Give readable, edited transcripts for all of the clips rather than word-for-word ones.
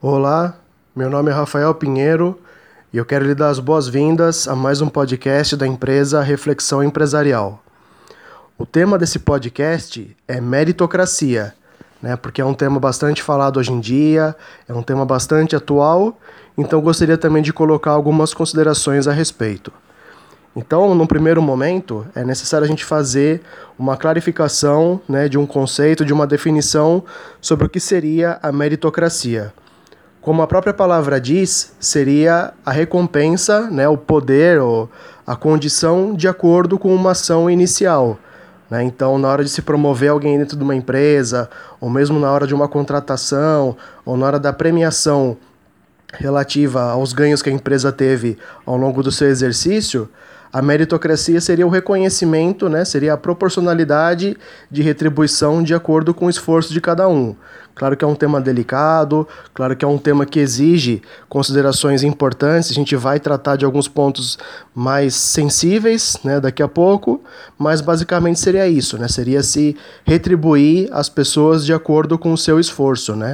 Olá, meu nome é Rafael Pinheiro e eu quero lhe dar as boas-vindas a mais um podcast da empresa Reflexão Empresarial. O tema desse podcast é meritocracia, né? Porque é um tema bastante falado hoje em dia, é um tema bastante atual, então eu gostaria também de colocar algumas considerações a respeito. Então, num primeiro momento, é necessário a gente fazer uma clarificação, né, de um conceito, de uma definição sobre o que seria a meritocracia. Como a própria palavra diz, seria a recompensa, né, o poder ou a condição de acordo com uma ação inicial. Né? Então, na hora de se promover alguém dentro de uma empresa, ou mesmo na hora de uma contratação, ou na hora da premiação relativa aos ganhos que a empresa teve ao longo do seu exercício, a meritocracia seria o reconhecimento, né, seria a proporcionalidade de retribuição de acordo com o esforço de cada um. Claro que é um tema delicado, claro que é um tema que exige considerações importantes, a gente vai tratar de alguns pontos mais sensíveis, né, daqui a pouco, mas basicamente seria isso, né, seria se retribuir as pessoas de acordo com o seu esforço, né.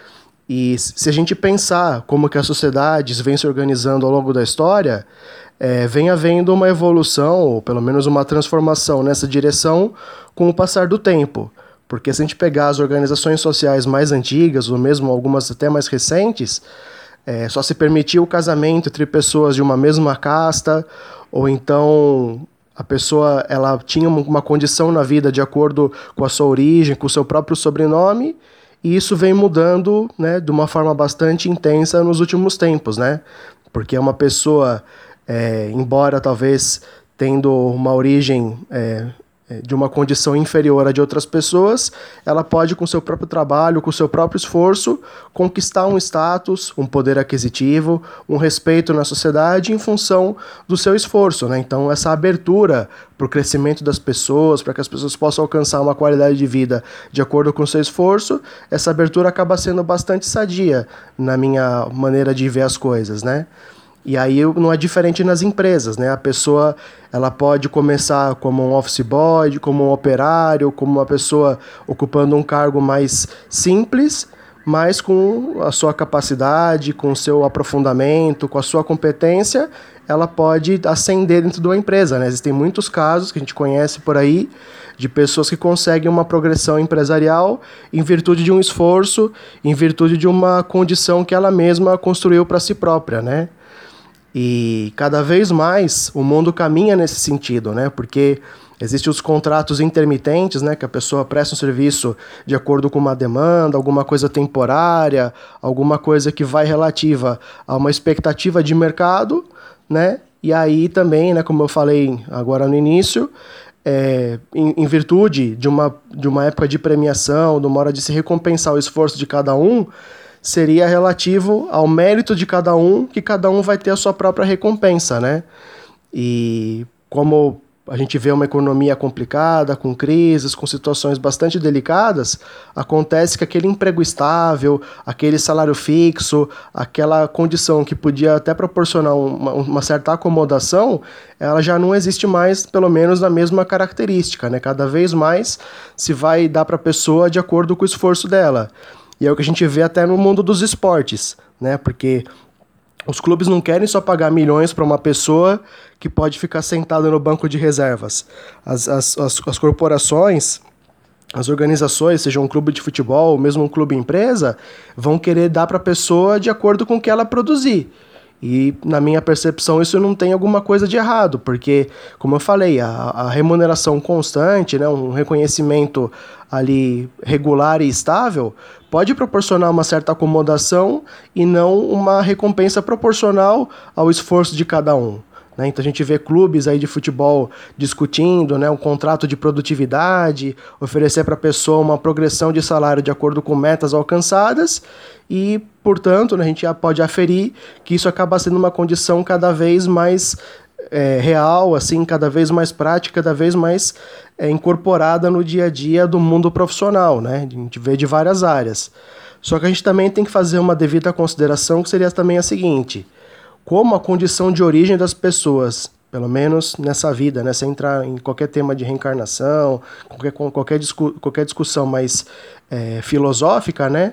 E se a gente pensar como que as sociedades vêm se organizando ao longo da história, vem havendo uma evolução, ou pelo menos uma transformação nessa direção com o passar do tempo. Porque se a gente pegar as organizações sociais mais antigas, ou mesmo algumas até mais recentes, só se permitia o casamento entre pessoas de uma mesma casta, ou então a pessoa ela tinha uma condição na vida de acordo com a sua origem, com o seu próprio sobrenome, e isso vem mudando, né, de uma forma bastante intensa nos últimos tempos, né? Porque é uma pessoa, embora talvez tendo uma origem de uma condição inferior à de outras pessoas, ela pode, com seu próprio trabalho, com seu próprio esforço, conquistar um status, um poder aquisitivo, um respeito na sociedade em função do seu esforço, né? Então, essa abertura para o crescimento das pessoas, para que as pessoas possam alcançar uma qualidade de vida de acordo com o seu esforço, essa abertura acaba sendo bastante sadia na minha maneira de ver as coisas, né? E aí não é diferente nas empresas, né? A pessoa ela pode começar como um office boy, como um operário, como uma pessoa ocupando um cargo mais simples, mas com a sua capacidade, com o seu aprofundamento, com a sua competência, ela pode ascender dentro de uma empresa, né? Existem muitos casos que a gente conhece por aí de pessoas que conseguem uma progressão empresarial em virtude de um esforço, em virtude de uma condição que ela mesma construiu para si própria, né? E cada vez mais o mundo caminha nesse sentido, né? Porque existem os contratos intermitentes, né? Que a pessoa presta um serviço de acordo com uma demanda, alguma coisa temporária, alguma coisa que vai relativa a uma expectativa de mercado, né? E aí também, né, como eu falei agora no início, em virtude de uma época de premiação, de uma hora de se recompensar o esforço de cada um, seria relativo ao mérito de cada um, que cada um vai ter a sua própria recompensa, né? E como a gente vê uma economia complicada, com crises, com situações bastante delicadas, acontece que aquele emprego estável, aquele salário fixo, aquela condição que podia até proporcionar uma certa acomodação, ela já não existe mais, pelo menos na mesma característica, né? Cada vez mais se vai dar para a pessoa de acordo com o esforço dela. E é o que a gente vê até no mundo dos esportes, né? Porque os clubes não querem só pagar milhões para uma pessoa que pode ficar sentada no banco de reservas. As corporações, as organizações, seja um clube de futebol ou mesmo um clube empresa, vão querer dar para a pessoa de acordo com o que ela produzir. E, na minha percepção, isso não tem alguma coisa de errado, porque, como eu falei, a remuneração constante, né, um reconhecimento ali regular e estável, pode proporcionar uma certa acomodação e não uma recompensa proporcional ao esforço de cada um. Né? Então a gente vê clubes aí de futebol discutindo, né, um contrato de produtividade, oferecer para a pessoa uma progressão de salário de acordo com metas alcançadas e, portanto, né, a gente já pode aferir que isso acaba sendo uma condição cada vez mais real, assim, cada vez mais prática, cada vez mais incorporada no dia a dia do mundo profissional, né? A gente vê de várias áreas. Só que a gente também tem que fazer uma devida consideração, que seria também a seguinte: como a condição de origem das pessoas, pelo menos nessa vida, né? Sem entrar em qualquer tema de reencarnação, qualquer discussão mais filosófica, né?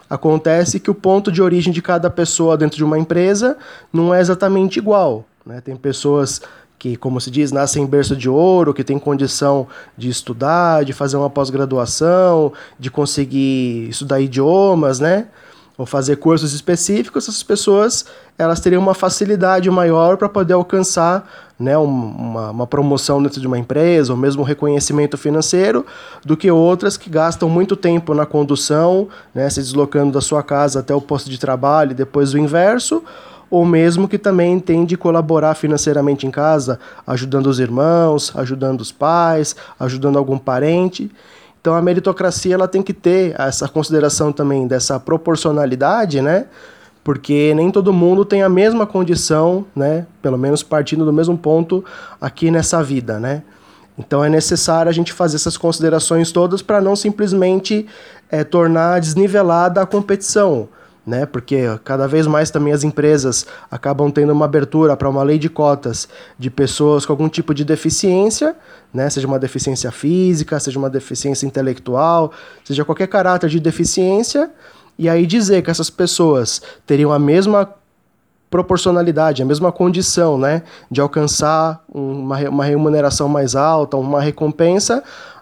acontece que o ponto de origem de cada pessoa dentro de uma empresa não é exatamente igual, né? Tem pessoas que, como se diz, nascem em berço de ouro, que têm condição de estudar, de fazer uma pós-graduação, de conseguir estudar idiomas, né? Ou fazer cursos específicos. Essas pessoas, elas teriam uma facilidade maior para poder alcançar, né, uma promoção dentro de uma empresa, ou mesmo um reconhecimento financeiro, do que outras que gastam muito tempo na condução, né, se deslocando da sua casa até o posto de trabalho e depois o inverso, ou mesmo que também tem de colaborar financeiramente em casa, ajudando os irmãos, ajudando os pais, ajudando algum parente. Então a meritocracia ela tem que ter essa consideração também dessa proporcionalidade, né? Porque nem todo mundo tem a mesma condição, né? Pelo menos partindo do mesmo ponto aqui nessa vida, né? Então é necessário a gente fazer essas considerações todas para não simplesmente tornar desnivelada a competição, né? Porque cada vez mais também as empresas acabam tendo uma abertura para uma lei de cotas de pessoas com algum tipo de deficiência, né? Seja uma deficiência física, seja uma deficiência intelectual, seja qualquer caráter de deficiência, e aí dizer que essas pessoas teriam a mesma proporcionalidade, a mesma condição, né, de alcançar uma remuneração mais alta, uma recompensa.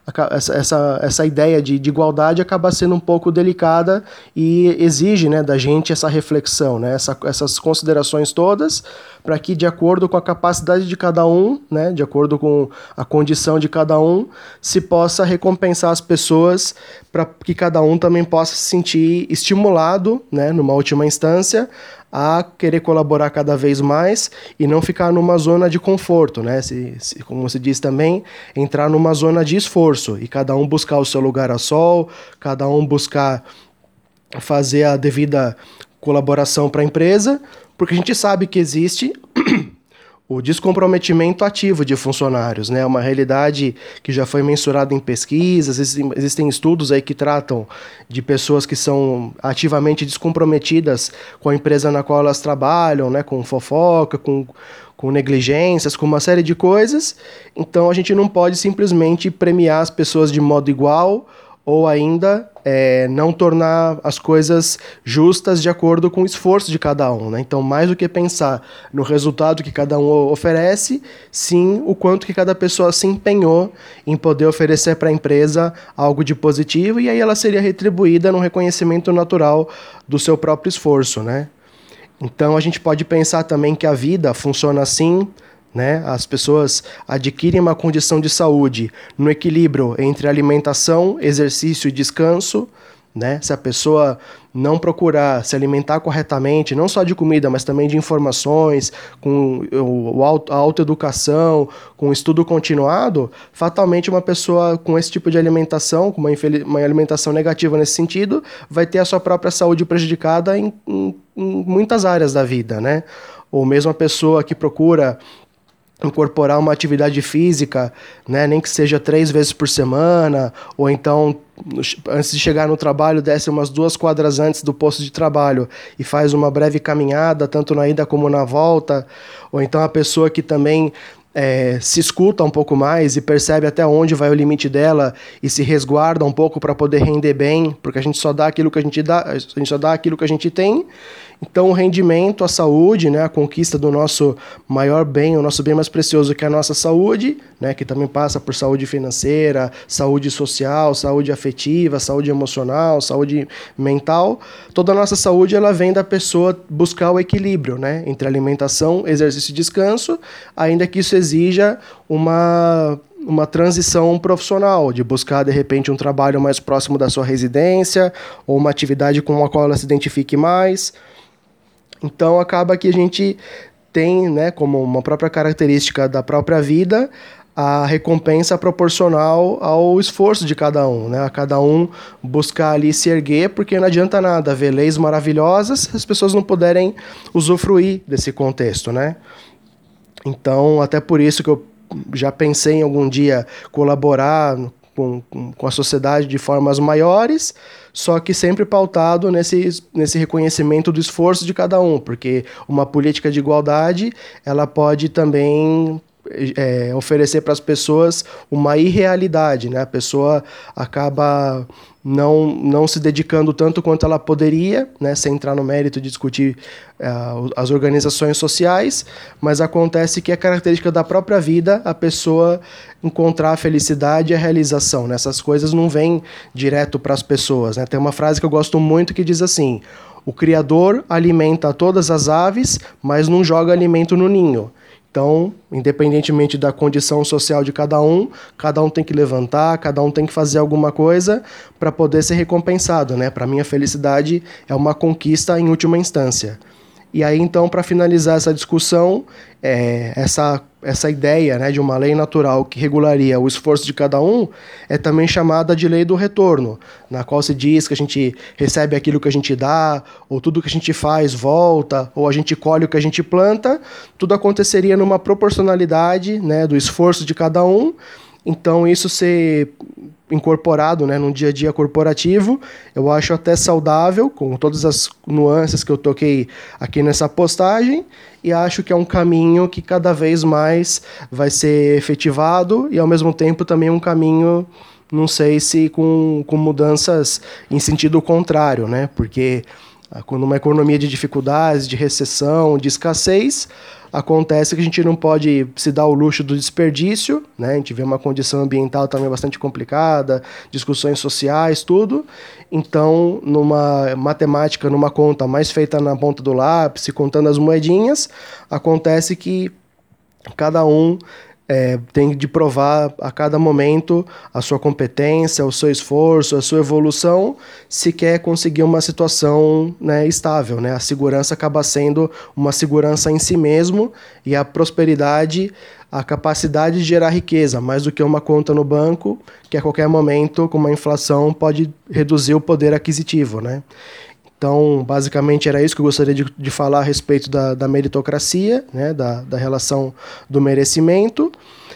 Essa ideia de igualdade acaba sendo um pouco delicada e exige, né, da gente essa reflexão, né, essas considerações todas, para que, de acordo com a capacidade de cada um, né, de acordo com a condição de cada um, se possa recompensar as pessoas, para que cada um também possa se sentir estimulado, né, numa última instância, a querer colaborar cada vez mais e não ficar numa zona de conforto, né? Como se diz também, entrar numa zona de esforço e cada um buscar o seu lugar a sol, cada um buscar fazer a devida colaboração para a empresa, porque a gente sabe que existe o descomprometimento ativo de funcionários, né? Uma realidade que já foi mensurada em pesquisas, existem estudos aí que tratam de pessoas que são ativamente descomprometidas com a empresa na qual elas trabalham, né? Com fofoca, com negligências, com uma série de coisas. Então a gente não pode simplesmente premiar as pessoas de modo igual ou ainda não tornar as coisas justas de acordo com o esforço de cada um, né? Então, mais do que pensar no resultado que cada um oferece, sim o quanto que cada pessoa se empenhou em poder oferecer para a empresa algo de positivo, e aí ela seria retribuída no reconhecimento natural do seu próprio esforço, né? Então, a gente pode pensar também que a vida funciona assim, né? As pessoas adquirem uma condição de saúde no equilíbrio entre alimentação, exercício e descanso, né? Se a pessoa não procurar se alimentar corretamente, não só de comida, mas também de informações, com a autoeducação, com o estudo continuado, fatalmente uma pessoa com esse tipo de alimentação, com uma alimentação negativa nesse sentido, vai ter a sua própria saúde prejudicada em muitas áreas da vida, né? Ou mesmo a pessoa que procura incorporar uma atividade física, né, nem que seja 3 vezes por semana, ou então, antes de chegar no trabalho, desce umas 2 quadras antes do posto de trabalho e faz uma breve caminhada, tanto na ida como na volta, ou então a pessoa que também se escuta um pouco mais e percebe até onde vai o limite dela e se resguarda um pouco para poder render bem, porque a gente só dá aquilo que a gente só dá aquilo que a gente tem. Então o rendimento, a saúde, né, a conquista do nosso maior bem, o nosso bem mais precioso, que é a nossa saúde, né, que também passa por saúde financeira, saúde social, saúde afetiva, saúde emocional, saúde mental. Toda a nossa saúde ela vem da pessoa buscar o equilíbrio, né, entre alimentação, exercício e descanso, ainda que isso exija uma transição profissional, de buscar, de repente, um trabalho mais próximo da sua residência, ou uma atividade com a qual ela se identifique mais. Então, acaba que a gente tem, né, como uma própria característica da própria vida, a recompensa proporcional ao esforço de cada um, né? A cada um buscar ali se erguer, porque não adianta nada ver leis maravilhosas se as pessoas não puderem usufruir desse contexto, né? Então, até por isso que eu já pensei em algum dia colaborar com a sociedade de formas maiores, só que sempre pautado nesse reconhecimento do esforço de cada um, porque uma política de igualdade, ela pode também oferecer para as pessoas uma irrealidade, né? A pessoa acaba não se dedicando tanto quanto ela poderia, né? Sem entrar no mérito de discutir as organizações sociais, mas acontece que é característica da própria vida a pessoa encontrar a felicidade e a realização, né? Essas coisas não vêm direto para as pessoas, né? Tem uma frase que eu gosto muito que diz assim: o Criador alimenta todas as aves, mas não joga alimento no ninho. Então, independentemente da condição social de cada um tem que levantar, cada um tem que fazer alguma coisa para poder ser recompensado, né? Para mim, a felicidade é uma conquista em última instância. E aí, então, para finalizar essa discussão, essa ideia, né, de uma lei natural que regularia o esforço de cada um é também chamada de lei do retorno, na qual se diz que a gente recebe aquilo que a gente dá, ou tudo que a gente faz volta, ou a gente colhe o que a gente planta, tudo aconteceria numa proporcionalidade, né, do esforço de cada um. Então, isso ser incorporado, né, no dia a dia corporativo, eu acho até saudável, com todas as nuances que eu toquei aqui nessa postagem, e acho que é um caminho que cada vez mais vai ser efetivado, e ao mesmo tempo também um caminho, não sei se com mudanças em sentido contrário, né, porque numa economia de dificuldades, de recessão, de escassez, acontece que a gente não pode se dar o luxo do desperdício, né? A gente vê uma condição ambiental também bastante complicada, discussões sociais, tudo. Então, numa matemática, numa conta mais feita na ponta do lápis, contando as moedinhas, acontece que cada um tem de provar a cada momento a sua competência, o seu esforço, a sua evolução, se quer conseguir uma situação, né, estável, né? A segurança acaba sendo uma segurança em si mesmo, e a prosperidade, a capacidade de gerar riqueza, mais do que uma conta no banco, que a qualquer momento, com uma inflação, pode reduzir o poder aquisitivo, né? Então, basicamente, era isso que eu gostaria de falar a respeito da meritocracia, né, da relação do merecimento.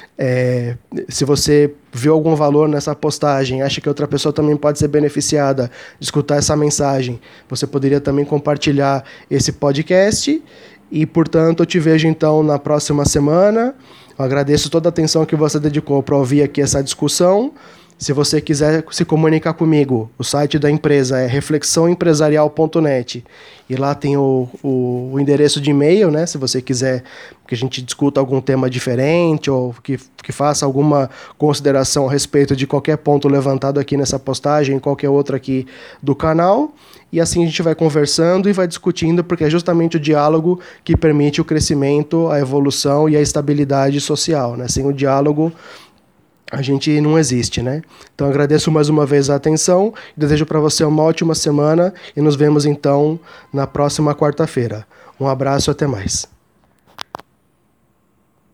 Se você viu algum valor nessa postagem, acha que outra pessoa também pode ser beneficiada de escutar essa mensagem, você poderia também compartilhar esse podcast. E, portanto, eu te vejo, então, na próxima semana. Eu agradeço toda a atenção que você dedicou para ouvir aqui essa discussão. Se você quiser se comunicar comigo, o site da empresa é reflexãoempresarial.net, e lá tem o endereço de e-mail, né? Se você quiser que a gente discuta algum tema diferente ou que faça alguma consideração a respeito de qualquer ponto levantado aqui nessa postagem, qualquer outra aqui do canal. E assim a gente vai conversando e vai discutindo, porque é justamente o diálogo que permite o crescimento, a evolução e a estabilidade social, né? Sem o diálogo, a gente não existe, né? Então agradeço mais uma vez a atenção, desejo para você uma ótima semana e nos vemos então na próxima quarta-feira. Um abraço e até mais.